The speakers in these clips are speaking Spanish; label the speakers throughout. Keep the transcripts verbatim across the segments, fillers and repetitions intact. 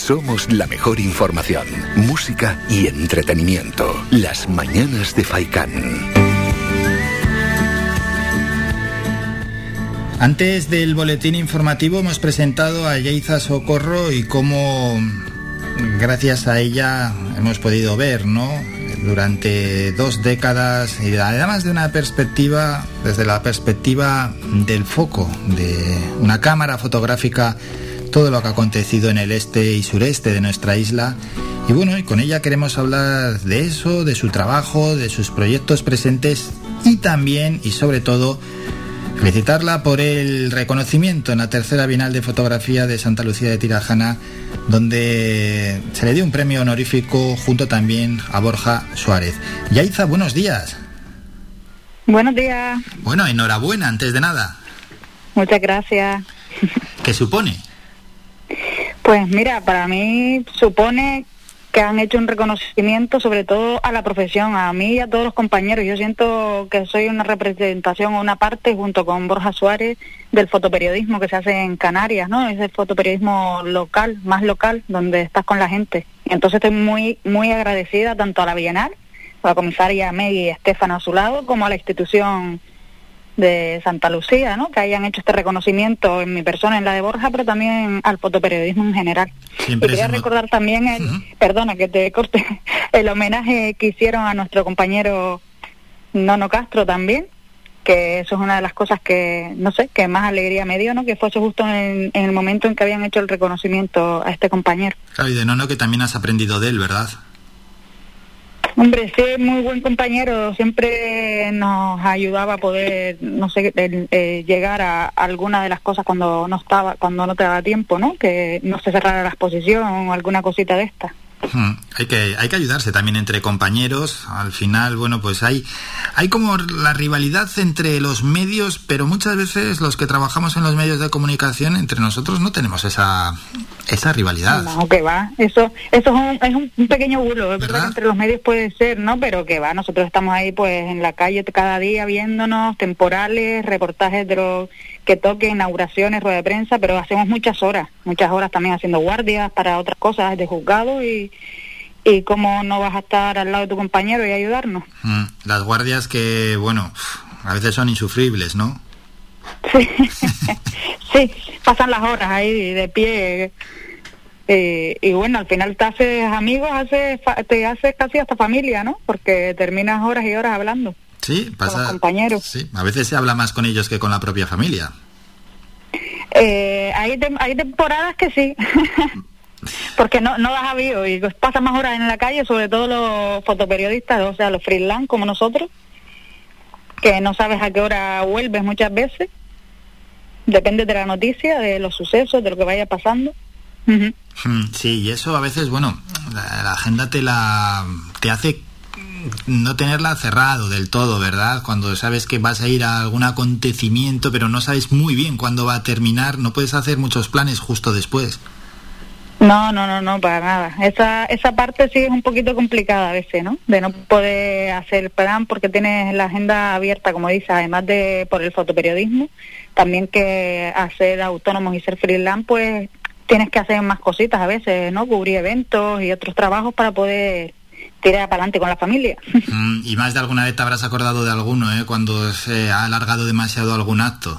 Speaker 1: somos la mejor información, música y entretenimiento. Las mañanas de Faikán.
Speaker 2: Antes del boletín informativo hemos presentado a Yaiza Socorro y cómo, gracias a ella, hemos podido ver, ¿no?, durante dos décadas, y además de una perspectiva, desde la perspectiva del foco de una cámara fotográfica, todo lo que ha acontecido en el este y sureste de nuestra isla. Y bueno, y con ella queremos hablar de eso, de su trabajo, de sus proyectos presentes y también, y sobre todo, felicitarla por el reconocimiento en la tercera Bienal de Fotografía de Santa Lucía de Tirajana, donde se le dio un premio honorífico junto también a Borja Suárez. Yaiza, buenos días.
Speaker 3: Buenos días.
Speaker 2: Bueno, enhorabuena, antes de nada.
Speaker 3: Muchas gracias.
Speaker 2: ¿Qué supone?
Speaker 3: Pues mira, para mí supone que han hecho un reconocimiento sobre todo a la profesión, a mí y a todos los compañeros. Yo siento que soy una representación o una parte, junto con Borja Suárez, del fotoperiodismo que se hace en Canarias, ¿no? Es el fotoperiodismo local, más local, donde estás con la gente. Y entonces estoy muy muy agradecida tanto a la Bienal, a la comisaria Megui Estefano a su lado, como a la institución de Santa Lucía, ¿no?, que hayan hecho este reconocimiento en mi persona, en la de Borja, pero también al fotoperiodismo en general. Siempre y quería recordar también, el, uh-huh. perdona que te corte, el homenaje que hicieron a nuestro compañero Nono Castro también, que eso es una de las cosas que, no sé, que más alegría me dio, ¿no?, que fuese justo en, en el momento en que habían hecho el reconocimiento a este compañero. Claro,
Speaker 2: y de Nono que también has aprendido de él, ¿verdad?
Speaker 3: Hombre, sí, muy buen compañero, siempre nos ayudaba a poder, no sé, eh, eh, llegar a alguna de las cosas cuando no estaba, cuando no te daba tiempo, ¿no? Que no se cerrara la exposición o alguna cosita de esta.
Speaker 2: Hmm, hay que hay que ayudarse también entre compañeros. Al final, bueno, pues hay hay como la rivalidad entre los medios, pero muchas veces los que trabajamos en los medios de comunicación, entre nosotros no tenemos esa esa rivalidad.
Speaker 3: No, que va, eso eso es un, es un pequeño bulo, es verdad que entre los medios puede ser, ¿no? Pero que va, nosotros estamos ahí pues en la calle cada día viéndonos, temporales, reportajes de los que toquen, inauguraciones, rueda de prensa, pero hacemos muchas horas, muchas horas también haciendo guardias para otras cosas de juzgado y y cómo no vas a estar al lado de tu compañero y ayudarnos.
Speaker 2: Mm, las guardias que, bueno, a veces son insufribles, ¿no?
Speaker 3: Sí, sí, pasan las horas ahí de pie eh, y bueno, al final te haces amigos, haces, te haces casi hasta familia, ¿no? Porque terminas horas y horas hablando.
Speaker 2: Sí, pasa.
Speaker 3: Con los compañeros.
Speaker 2: Sí, a veces se habla más con ellos que con la propia familia.
Speaker 3: Eh, hay, te, hay temporadas que sí. Porque no no das aviso y pasas más horas en la calle, sobre todo los fotoperiodistas, o sea, los freelance como nosotros, que no sabes a qué hora vuelves muchas veces. Depende de la noticia, de los sucesos, de lo que vaya pasando. Uh-huh.
Speaker 2: Sí, y eso a veces, bueno, la, la agenda te la te hace no tenerla cerrado del todo, ¿verdad? Cuando sabes que vas a ir a algún acontecimiento, pero no sabes muy bien cuándo va a terminar, no puedes hacer muchos planes justo después.
Speaker 3: No, no, no, no, para nada. Esa esa parte sí es un poquito complicada a veces, ¿no? De no poder hacer plan porque tienes la agenda abierta, como dices, además de por el fotoperiodismo, también que hacer autónomos y ser freelance, pues tienes que hacer más cositas a veces, ¿no? Cubrir eventos y otros trabajos para poder tirar para adelante con la familia.
Speaker 2: Mm, y más de alguna vez te habrás acordado de alguno, ¿eh? Cuando se ha alargado demasiado algún acto.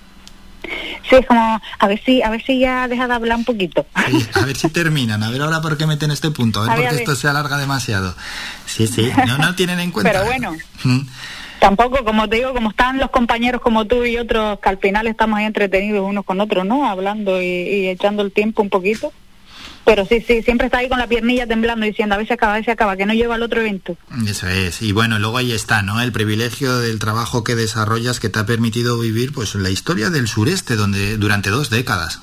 Speaker 3: Sí, es como, a ver si a ver si ya deja de hablar un poquito.
Speaker 2: Sí, a ver si terminan, a ver ahora por qué meten este punto, a ver, a ver por qué esto se alarga demasiado. Sí, sí, no, no tienen en cuenta.
Speaker 3: Pero bueno, ¿Mm? Tampoco, como te digo, como están los compañeros como tú y otros, que al final estamos ahí entretenidos unos con otros, ¿no? Hablando y, y echando el tiempo un poquito. Pero sí, sí, siempre está ahí con la piernilla temblando diciendo a ver si acaba, a ver si acaba, que no lleva al otro evento.
Speaker 2: Eso es, y bueno, luego ahí está, ¿no? El privilegio del trabajo que desarrollas que te ha permitido vivir, pues, la historia del sureste, donde durante dos décadas.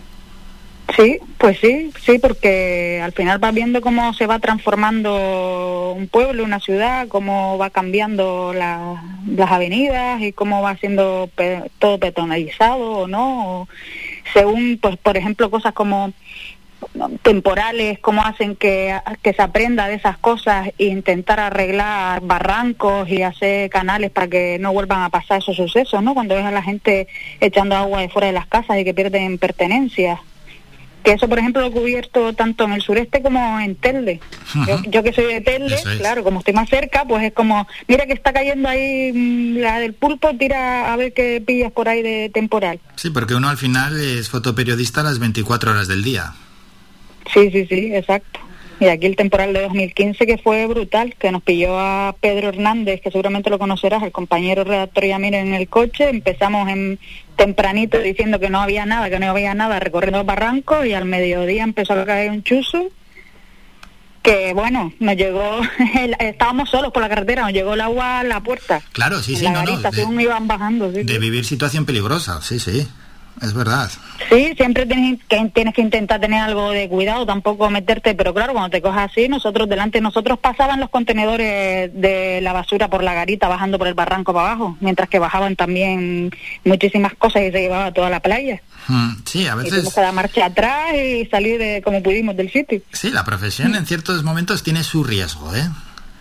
Speaker 3: Sí, pues sí, sí, porque al final vas viendo cómo se va transformando un pueblo, una ciudad, cómo va cambiando la, las avenidas y cómo va siendo pe- todo peatonalizado o no, o según, pues, por ejemplo, cosas como temporales, cómo hacen que, que se aprenda de esas cosas e intentar arreglar barrancos y hacer canales para que no vuelvan a pasar esos sucesos, ¿no? Cuando ves a la gente echando agua de fuera de las casas y que pierden pertenencias. que eso, por ejemplo, lo he cubierto tanto en el sureste como en Telde. Uh-huh. Yo, yo que soy de Telde, es. Claro, como estoy más cerca, pues es como, mira que está cayendo ahí la del pulpo, tira a ver qué pillas por ahí de temporal.
Speaker 2: Sí, porque uno al final es fotoperiodista las veinticuatro horas del día.
Speaker 3: Sí, sí, sí, exacto. Y aquí el temporal de dos mil quince, que fue brutal, que nos pilló a Pedro Hernández, que seguramente lo conocerás, el compañero redactor y a mí en el coche. Empezamos en tempranito diciendo que no había nada, que no había nada, recorriendo el barranco, y al mediodía empezó a caer un chuzo, que bueno, nos llegó, el, estábamos solos por la carretera, nos llegó el agua a la puerta.
Speaker 2: Claro, sí, sí,
Speaker 3: la
Speaker 2: no,
Speaker 3: garita,
Speaker 2: no.
Speaker 3: Según
Speaker 2: de,
Speaker 3: iban bajando. Sí,
Speaker 2: de
Speaker 3: sí.
Speaker 2: vivir situación peligrosa, sí, sí. Es verdad.
Speaker 3: Sí, siempre tienes que, tienes que intentar tener algo de cuidado, tampoco meterte, pero claro, cuando te cojas así, nosotros delante de nosotros pasaban los contenedores de la basura por la garita bajando por el barranco para abajo, mientras que bajaban también muchísimas cosas y se llevaba toda la playa.
Speaker 2: Mm, sí, a veces...
Speaker 3: Y tuvimos que dar marcha atrás y salir de como pudimos del sitio.
Speaker 2: Sí, la profesión en ciertos momentos tiene su riesgo, ¿eh?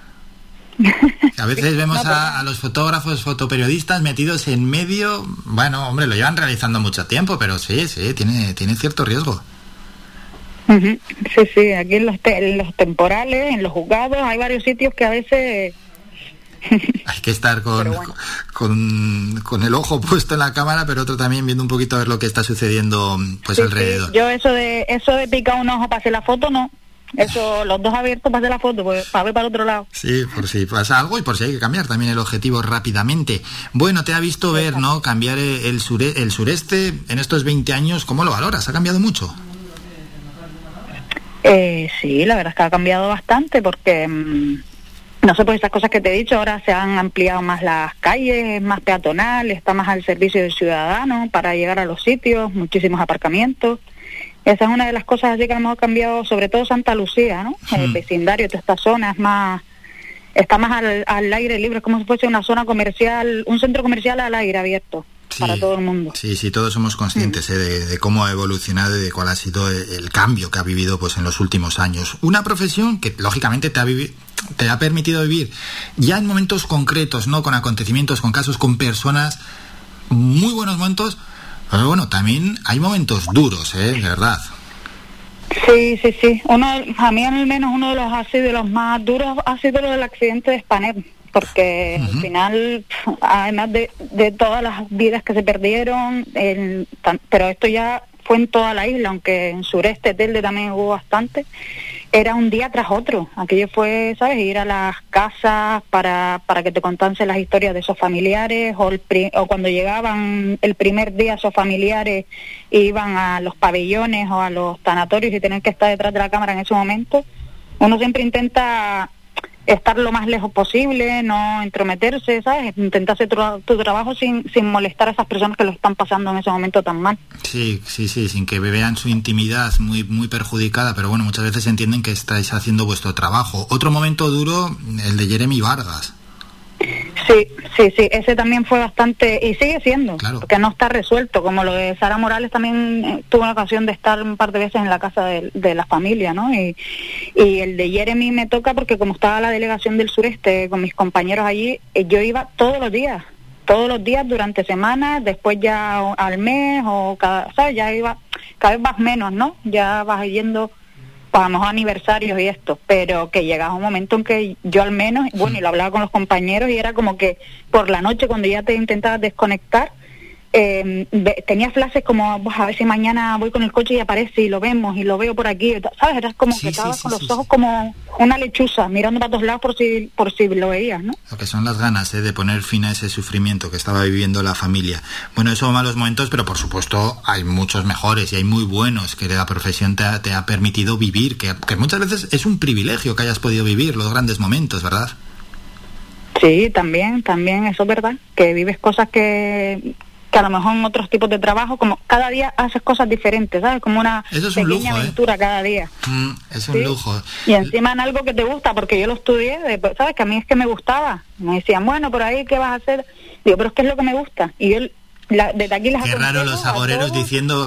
Speaker 2: A veces vemos no, pero... a, a los fotógrafos, fotoperiodistas metidos en medio. Bueno, hombre, lo llevan realizando mucho tiempo, pero sí, sí, tiene, tiene cierto riesgo.
Speaker 3: Uh-huh. Sí, sí, aquí en los, te- en los temporales, en los juzgados, hay varios sitios que a veces...
Speaker 2: Hay que estar con, bueno. con, con el ojo puesto en la cámara, pero otro también viendo un poquito a ver lo que está sucediendo pues
Speaker 3: sí,
Speaker 2: alrededor.
Speaker 3: Sí. Yo eso de eso de picar un ojo para hacer la foto, no. Eso, los dos abiertos para hacer la foto, pues, para ver para el otro lado.
Speaker 2: Sí, por si pasa algo y por si hay que cambiar también el objetivo rápidamente. Bueno, te ha visto ver, ¿no?, cambiar el, sure, el sureste en estos veinte años. ¿Cómo lo valoras? ¿Ha cambiado mucho?
Speaker 3: Eh, sí, la verdad es que ha cambiado bastante porque, mmm, no sé, por esas cosas que te he dicho, ahora se han ampliado más las calles, es más peatonal, está más al servicio del ciudadano para llegar a los sitios, muchísimos aparcamientos. Esa es una de las cosas así que hemos cambiado, sobre todo Santa Lucía, ¿no? Hmm. El vecindario de esta zona es más, está más al, al aire libre, es como si fuese una zona comercial, un centro comercial al aire abierto, sí, para todo el mundo.
Speaker 2: Sí, sí, todos somos conscientes hmm. eh, de, de cómo ha evolucionado y de cuál ha sido el, el cambio que ha vivido pues en los últimos años. Una profesión que lógicamente te ha vivido, te ha permitido vivir ya en momentos concretos, ¿no?, con acontecimientos, con casos, con personas, muy buenos momentos. Pero bueno, también hay momentos duros, ¿eh? De verdad.
Speaker 3: Sí, sí, sí. Uno, a mí al menos uno de los así de los más duros ha sido lo del accidente de Spanair, porque uh-huh. al final, además de, de todas las vidas que se perdieron, el, tan, pero esto ya fue en toda la isla, aunque en sureste, Telde también hubo bastante. Era un día tras otro. Aquello fue, ¿sabes?, ir a las casas para para que te contasen las historias de esos familiares, o, el pri- o cuando llegaban el primer día esos familiares iban a los pabellones o a los tanatorios y tener que estar detrás de la cámara en ese momento. Uno siempre intenta estar lo más lejos posible, no entrometerse, ¿sabes? Intentar hacer tu, tu trabajo sin, sin molestar a esas personas que lo están pasando en ese momento tan mal.
Speaker 2: Sí, sí, sí, sin que vean su intimidad muy muy perjudicada, pero bueno, muchas veces entienden que estáis haciendo vuestro trabajo. Otro momento duro, el de Jeremy Vargas.
Speaker 3: Sí, sí, sí, ese también fue bastante, y sigue siendo,
Speaker 2: claro,
Speaker 3: porque no está resuelto, como lo de Sara Morales también eh, tuvo la ocasión de estar un par de veces en la casa de, de la familia, ¿no? Y, y el de Jeremy me toca porque como estaba la delegación del sureste con mis compañeros allí, eh, yo iba todos los días, todos los días durante semanas, después ya al mes o cada, ¿sabes? Ya iba, cada vez vas menos, ¿no? Ya vas yendo para los aniversarios y esto, pero que llegaba un momento en que yo al menos, bueno, y lo hablaba con los compañeros y era como que por la noche cuando ya te intentabas desconectar, eh, tenía flashes como, pues, a ver si mañana voy con el coche y aparece y lo vemos y lo veo por aquí, ¿sabes? Eras como sí, que estabas sí, sí, con sí, los ojos sí. como una lechuza mirando para todos lados por si por si lo veías, ¿no?
Speaker 2: Lo que son las ganas, ¿eh?, de poner fin a ese sufrimiento que estaba viviendo la familia. Bueno, esos malos momentos, pero por supuesto hay muchos mejores y hay muy buenos que la profesión te ha, te ha permitido vivir, que, que muchas veces es un privilegio que hayas podido vivir los grandes momentos, ¿verdad?
Speaker 3: Sí, también, también, eso es verdad, que vives cosas que... que a lo mejor en otros tipos de trabajo, como cada día haces cosas diferentes, ¿sabes? Como una
Speaker 2: es un
Speaker 3: pequeña
Speaker 2: lujo,
Speaker 3: aventura
Speaker 2: ¿eh?
Speaker 3: cada día.
Speaker 2: Mm, es un
Speaker 3: ¿sí?
Speaker 2: lujo.
Speaker 3: Y encima en algo que te gusta, porque yo lo estudié, ¿sabes? Que a mí es que me gustaba. Me decían, bueno, por ahí, ¿qué vas a hacer? Digo, pero es que es lo que me gusta. Y yo, la, desde aquí les
Speaker 2: Qué raro los agoreros diciendo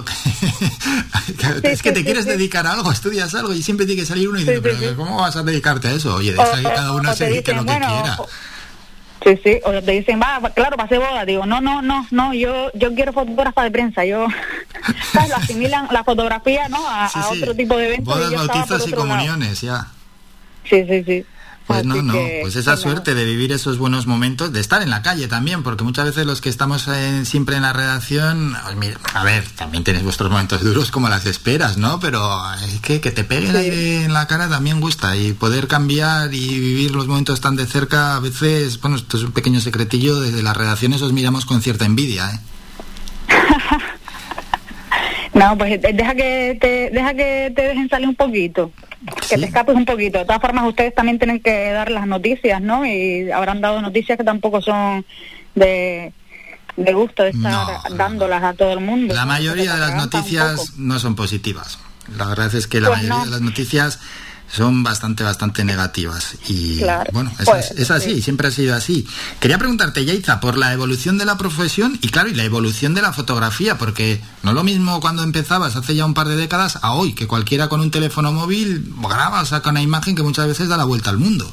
Speaker 2: que es que te sí, quieres sí, dedicar a algo, estudias algo y siempre tiene que salir uno y dice, sí, pero sí, ¿cómo vas a dedicarte a eso? Oye, deja o, que cada uno se dedique a lo que
Speaker 3: bueno,
Speaker 2: quiera.
Speaker 3: O, Sí, sí, o te dicen, va, claro, pasé boda, digo, no, no, no, no, yo yo quiero fotógrafa de prensa, yo, ¿sabes? Lo asimilan la fotografía, ¿no? A,
Speaker 2: sí,
Speaker 3: a
Speaker 2: sí.
Speaker 3: otro tipo de eventos.
Speaker 2: Bodas,
Speaker 3: y yo
Speaker 2: bautizos y comuniones,
Speaker 3: lado.
Speaker 2: ya.
Speaker 3: Sí, sí, sí.
Speaker 2: Pues
Speaker 3: Así
Speaker 2: no, no,
Speaker 3: que,
Speaker 2: pues esa
Speaker 3: pues
Speaker 2: suerte
Speaker 3: nada.
Speaker 2: de vivir esos buenos momentos, de estar en la calle también, porque muchas veces los que estamos eh, siempre en la redacción, pues mira, a ver, también tenéis vuestros momentos duros como las esperas, ¿no? Pero es que que te pegue el
Speaker 3: Sí.
Speaker 2: aire en la cara también gusta, y poder cambiar y vivir los momentos tan de cerca, a veces, bueno, esto es un pequeño secretillo, desde las redacciones os miramos con cierta envidia, ¿eh?
Speaker 3: No, pues deja que te deja que te dejen salir un poquito, que
Speaker 2: Sí.
Speaker 3: te escapes un poquito. De todas formas, ustedes también tienen que dar las noticias, ¿no? Y habrán dado noticias que tampoco son de, de gusto de estar
Speaker 2: No,
Speaker 3: dándolas a todo el mundo.
Speaker 2: La
Speaker 3: ¿no?
Speaker 2: mayoría
Speaker 3: Porque
Speaker 2: de
Speaker 3: te
Speaker 2: las
Speaker 3: atragantan un
Speaker 2: noticias
Speaker 3: poco.
Speaker 2: no son positivas. La verdad es que la
Speaker 3: Pues
Speaker 2: mayoría
Speaker 3: no.
Speaker 2: de las noticias son bastante, bastante negativas. Y
Speaker 3: Claro,
Speaker 2: bueno, es,
Speaker 3: pues,
Speaker 2: es así,
Speaker 3: sí.
Speaker 2: siempre ha sido así. Quería preguntarte, Yaiza, por la evolución de la profesión y claro, y la evolución de la fotografía, porque no es lo mismo cuando empezabas hace ya un par de décadas a hoy, que cualquiera con un teléfono móvil graba, saca una imagen que muchas veces da la vuelta al mundo.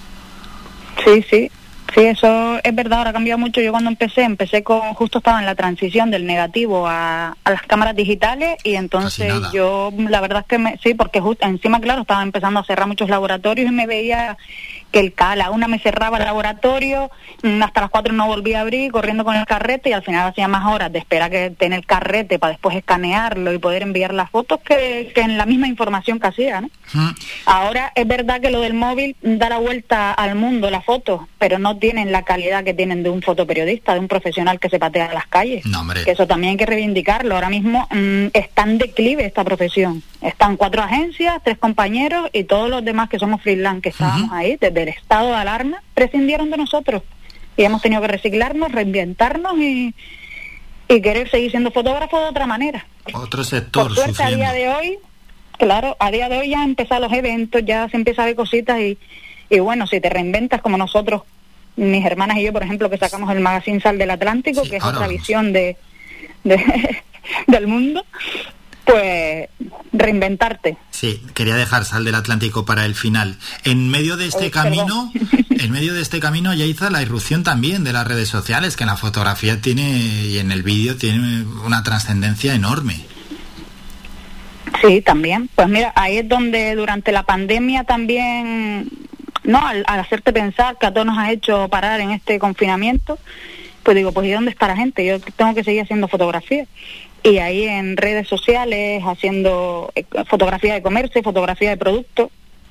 Speaker 3: Sí, sí. Sí, eso es verdad, ahora ha cambiado mucho. Yo cuando empecé, empecé con, justo estaba en la transición del negativo a, a las cámaras digitales y entonces
Speaker 2: Casi nada.
Speaker 3: yo, la verdad es que me, sí, porque justo encima, claro, estaba empezando a cerrar muchos laboratorios y me veía que el ca- a la una me cerraba el laboratorio, mm, hasta las cuatro no volvía a abrir, corriendo con el carrete y al final hacía más horas de esperar que tener el carrete para después escanearlo y poder enviar las fotos que, que en la misma información que hacía, ¿no?
Speaker 2: Mm.
Speaker 3: Ahora es verdad que lo del móvil da la vuelta al mundo las fotos, pero no tienen la calidad que tienen de un fotoperiodista, de un profesional que se patea a las calles.
Speaker 2: No, hombre.
Speaker 3: Que eso también hay que reivindicarlo. Ahora mismo mmm, está en declive esta profesión. Están cuatro agencias, tres compañeros y todos los demás que somos freelance que estábamos
Speaker 2: Uh-huh.
Speaker 3: ahí desde el estado de alarma prescindieron de nosotros y hemos tenido que reciclarnos, reinventarnos y, y querer seguir siendo fotógrafos de otra manera.
Speaker 2: Otro sector
Speaker 3: Por suerte
Speaker 2: sufriendo.
Speaker 3: a día de hoy, claro, a día de hoy ya han empezado los eventos, ya se empieza a ver cositas y, y bueno, si te reinventas como nosotros, mis hermanas y yo, por ejemplo, que sacamos el magazine Sal del Atlántico,
Speaker 2: Sí,
Speaker 3: que es
Speaker 2: ahora
Speaker 3: otra
Speaker 2: vamos.
Speaker 3: visión de, de del mundo, pues reinventarte.
Speaker 2: Sí, quería dejar Sal del Atlántico para el final. En medio de este
Speaker 3: Uy,
Speaker 2: camino, en medio de este camino, Yaiza, la irrupción también de las redes sociales, que en la fotografía tiene y en el vídeo tiene una trascendencia enorme.
Speaker 3: Sí, también. Pues mira, ahí es donde durante la pandemia también, no, al, al hacerte pensar que a todos nos ha hecho parar en este confinamiento, pues digo, pues ¿y dónde está la gente? Yo tengo que seguir haciendo fotografía. Y ahí en redes sociales, haciendo eh, fotografía de comercio, fotografía de producto.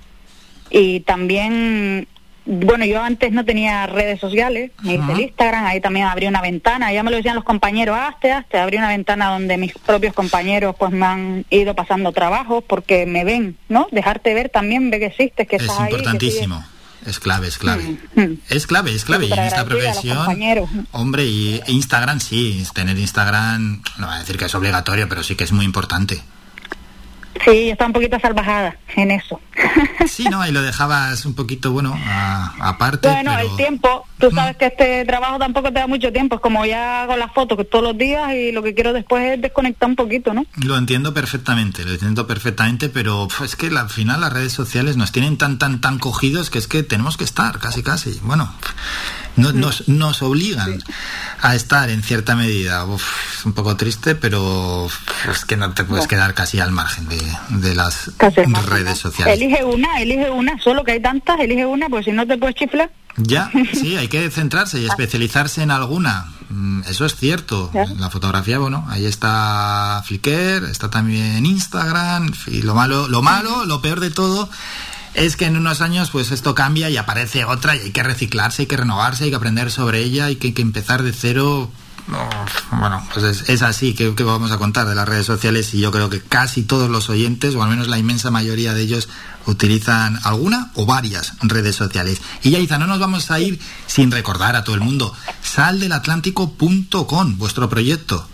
Speaker 3: Y también, bueno, yo antes no tenía redes sociales, me hice el Instagram, ahí también abrí una ventana, ya me lo decían los compañeros, hazte, hazte, abrí una ventana donde mis propios compañeros pues me han ido pasando trabajos porque me ven, ¿no? Dejarte ver también, ve que existes, que
Speaker 2: Es
Speaker 3: estás ahí. que
Speaker 2: importantísimo.
Speaker 3: sigues.
Speaker 2: Es clave, es clave.
Speaker 3: Mm, mm.
Speaker 2: Es clave, es clave. Y en esta
Speaker 3: Superagradecida a los
Speaker 2: profesión,
Speaker 3: compañeros.
Speaker 2: hombre, y Instagram sí, tener Instagram, no voy a decir que es obligatorio, pero sí que es muy importante.
Speaker 3: Sí, yo estaba un poquito salvajada en eso.
Speaker 2: Sí, no, y lo dejabas un poquito, bueno, a- aparte.
Speaker 3: Bueno,
Speaker 2: pero...
Speaker 3: el tiempo, tú sabes que este trabajo tampoco te da mucho tiempo, es como ya hago las fotos que todos los días y lo que quiero después es desconectar un poquito, ¿no?
Speaker 2: Lo entiendo perfectamente, lo entiendo perfectamente, pero pf, es que al final las redes sociales nos tienen tan, tan, tan cogidos que es que tenemos que estar, casi, casi. Bueno, no, nos, nos obligan a estar en cierta medida. Uf, es un poco triste, pero uf, es que no te puedes
Speaker 3: No.
Speaker 2: quedar casi al margen de, de las
Speaker 3: Casi al margen,
Speaker 2: redes
Speaker 3: ¿no?
Speaker 2: sociales.
Speaker 3: Elige una, elige una, solo que hay tantas, elige una, pues si no te puedes chiflar.
Speaker 2: Ya, sí, hay que centrarse y especializarse en alguna. Mm, Eso es cierto.
Speaker 3: Ya.
Speaker 2: En la fotografía, bueno, ahí está Flickr, está también Instagram, y lo malo, lo malo, lo peor de todo es que en unos años pues esto cambia y aparece otra y hay que reciclarse, hay que renovarse, hay que aprender sobre ella, hay que, hay que empezar de cero. Uf, bueno, pues es, es así que, que vamos a contar de las redes sociales y yo creo que casi todos los oyentes, o al menos la inmensa mayoría de ellos, utilizan alguna o varias redes sociales. Y Yaiza, no nos vamos a ir sin recordar a todo el mundo sal del atlántico punto com, vuestro proyecto.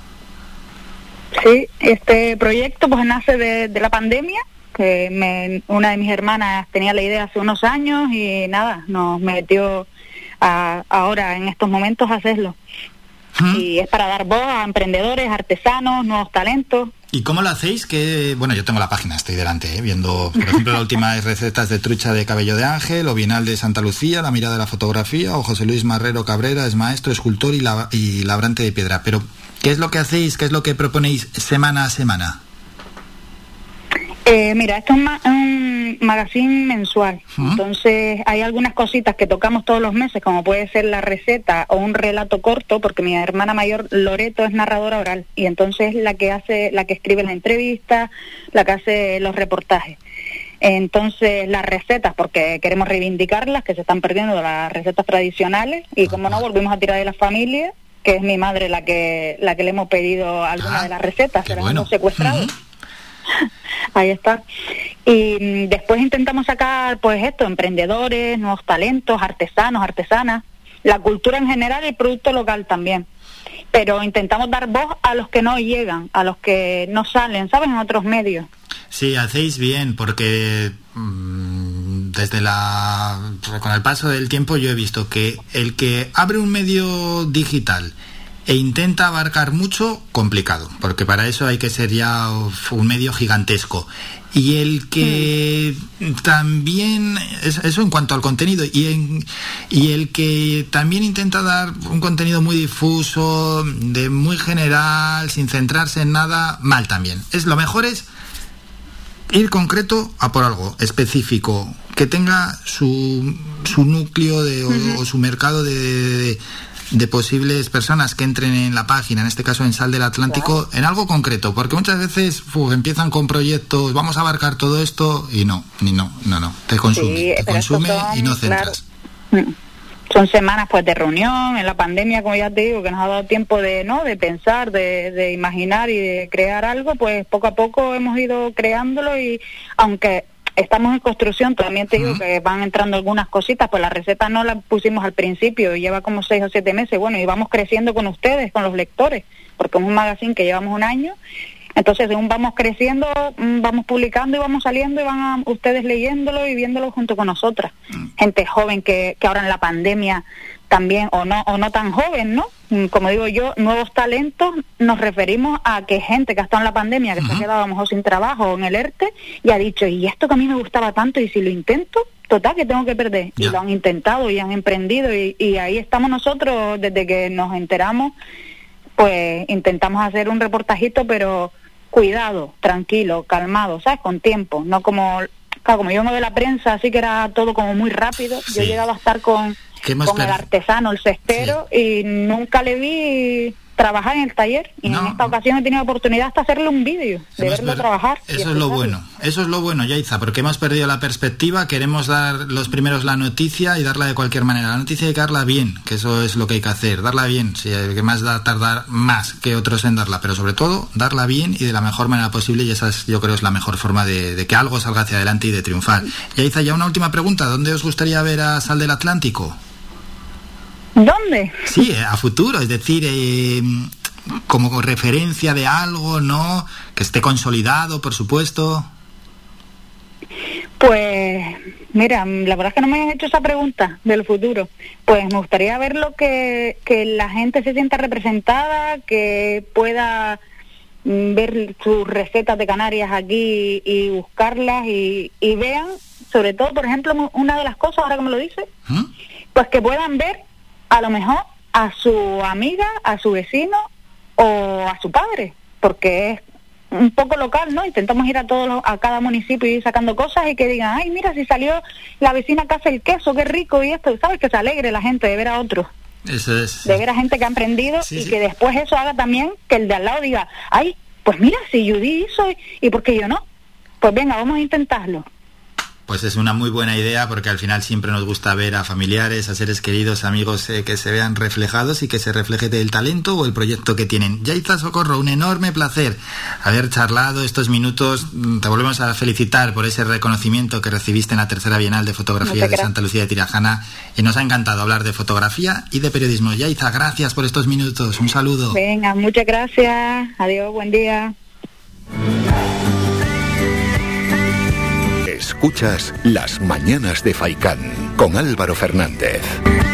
Speaker 3: Sí, este proyecto pues nace de, de la pandemia, que me, una de mis hermanas tenía la idea hace unos años y nada, nos metió a, ahora en estos momentos a hacerlo.
Speaker 2: ¿Mm?
Speaker 3: Y es para dar voz a emprendedores, artesanos, nuevos talentos,
Speaker 2: ¿Y cómo lo hacéis? Que bueno, yo tengo la página, estoy delante, ¿eh? Viendo, por ejemplo, la última es recetas de trucha de cabello de ángel, o Bienal de Santa Lucía, la mirada de la fotografía, o José Luis Marrero Cabrera es maestro, escultor y, la, y labrante de piedra. Pero, ¿qué es lo que hacéis? ¿Qué es lo que proponéis semana a semana?
Speaker 3: Eh, mira, esto es un, ma- un magazine mensual,
Speaker 2: ¿Mm?
Speaker 3: Entonces hay algunas cositas que tocamos todos los meses, como puede ser la receta o un relato corto, porque mi hermana mayor Loreto es narradora oral y entonces la que hace, la que escribe las entrevistas, la que hace los reportajes. Entonces las recetas, porque queremos reivindicarlas, que se están perdiendo las recetas tradicionales y como no, volvimos a tirar de la familia, que es mi madre la que la que le hemos pedido algunas
Speaker 2: Ah,
Speaker 3: de las recetas,
Speaker 2: qué
Speaker 3: se las
Speaker 2: bueno.
Speaker 3: hemos secuestrado.
Speaker 2: Ujú.
Speaker 3: Ahí está. Y mm, después intentamos sacar, pues esto, emprendedores, nuevos talentos, artesanos, artesanas, la cultura en general y el producto local también. Pero intentamos dar voz a los que no llegan, a los que no salen, ¿sabes?, en otros medios.
Speaker 2: Sí, hacéis bien, porque mmm, desde la con el paso del tiempo yo he visto que el que abre un medio digital e intenta abarcar mucho, complicado, porque para eso hay que ser ya un medio gigantesco. Y el que mm. también, eso en cuanto al contenido, y, en, y el que también intenta dar un contenido muy difuso, de muy general, sin centrarse en nada, mal también. Es lo mejor es ir concreto a por algo específico, que tenga su, su núcleo de, o, uh-huh. o su mercado de... de, de de posibles personas que entren en la página, en este caso en Sal del Atlántico, claro, en algo concreto, porque muchas veces uf, empiezan con proyectos, vamos a abarcar todo esto, y no, ni no, no, no, te consume, sí, te consume son, y no centras.
Speaker 3: Claro, son semanas pues de reunión, en la pandemia, como ya te digo, que nos ha dado tiempo de, ¿no?, de pensar, de, de imaginar y de crear algo, pues poco a poco hemos ido creándolo y aunque estamos en construcción, también te digo uh-huh. que van entrando algunas cositas, pues la receta no la pusimos al principio, lleva como seis o siete meses, bueno, y vamos creciendo con ustedes, con los lectores, porque es un magazine que llevamos un año, entonces según vamos creciendo, vamos publicando y vamos saliendo y van a, ustedes leyéndolo y viéndolo junto con nosotras. Uh-huh. Gente joven que, que ahora en la pandemia también, o no, o no tan joven, ¿no? Como digo yo, nuevos talentos, nos referimos a que gente que ha estado en la pandemia, que uh-huh. se ha quedado a lo mejor sin trabajo o en el ERTE, y ha dicho, y esto que a mí me gustaba tanto, y si lo intento, total, que tengo que perder. Yeah. Y lo han intentado y han emprendido, y, y ahí estamos nosotros, desde que nos enteramos, pues intentamos hacer un reportajito, pero cuidado, tranquilo, calmado, ¿sabes? Con tiempo, no como, claro, como yo no de la prensa, así que era todo como muy rápido, sí. Yo he llegado a estar con... con per... el artesano, el cestero, sí. Y nunca le vi trabajar en el taller, y no. en esta ocasión he tenido oportunidad hasta hacerle un vídeo, de hemos verlo per... trabajar.
Speaker 2: Eso es lo bueno, eso es lo bueno, Yaiza, porque hemos perdido la perspectiva, queremos dar los primeros la noticia y darla de cualquier manera. La noticia hay que darla bien, que eso es lo que hay que hacer, darla bien, si hay que más da tardar más que otros en darla, pero sobre todo darla bien y de la mejor manera posible, y esa es, yo creo, es la mejor forma de, de que algo salga hacia adelante y de triunfar. Yaiza, ya una última pregunta, ¿dónde os gustaría ver a Sal del Atlántico?
Speaker 3: ¿Dónde?
Speaker 2: Sí, a futuro, es decir, eh, como referencia de algo, ¿no? Que esté consolidado, por supuesto.
Speaker 3: Pues, mira, la verdad es que no me han hecho esa pregunta del futuro. Pues me gustaría verlo, que, que la gente se sienta representada, que pueda ver sus recetas de Canarias aquí y buscarlas y, y vean, sobre todo, por ejemplo, una de las cosas, ahora que me lo dices, ¿Mm? Pues que puedan ver a lo mejor a su amiga, a su vecino o a su padre, porque es un poco local, ¿no? Intentamos ir a todos los, a cada municipio y ir sacando cosas y que digan, ay, mira, si salió la vecina que hace el queso, qué rico, y esto, ¿sabes? Que se alegre la gente de ver a otros.
Speaker 2: Eso es.
Speaker 3: De ver a gente que ha emprendido, sí, y sí. Que después eso haga también que el de al lado diga, ay, pues mira, si Judy hizo, ¿y por qué yo no? Pues venga, vamos a intentarlo.
Speaker 2: Pues es una muy buena idea, porque al final siempre nos gusta ver a familiares, a seres queridos, amigos, eh, que se vean reflejados y que se refleje el talento o el proyecto que tienen. Yaiza Socorro, un enorme placer haber charlado estos minutos. Te volvemos a felicitar por ese reconocimiento que recibiste en la tercera Bienal de Fotografía de Santa Lucía de Tirajana, y nos ha encantado hablar de fotografía y de periodismo. Yaiza, gracias por estos minutos. Un saludo.
Speaker 3: Venga, muchas gracias. Adiós, buen día.
Speaker 1: Escuchas Las Mañanas de Faikán con Álvaro Fernández.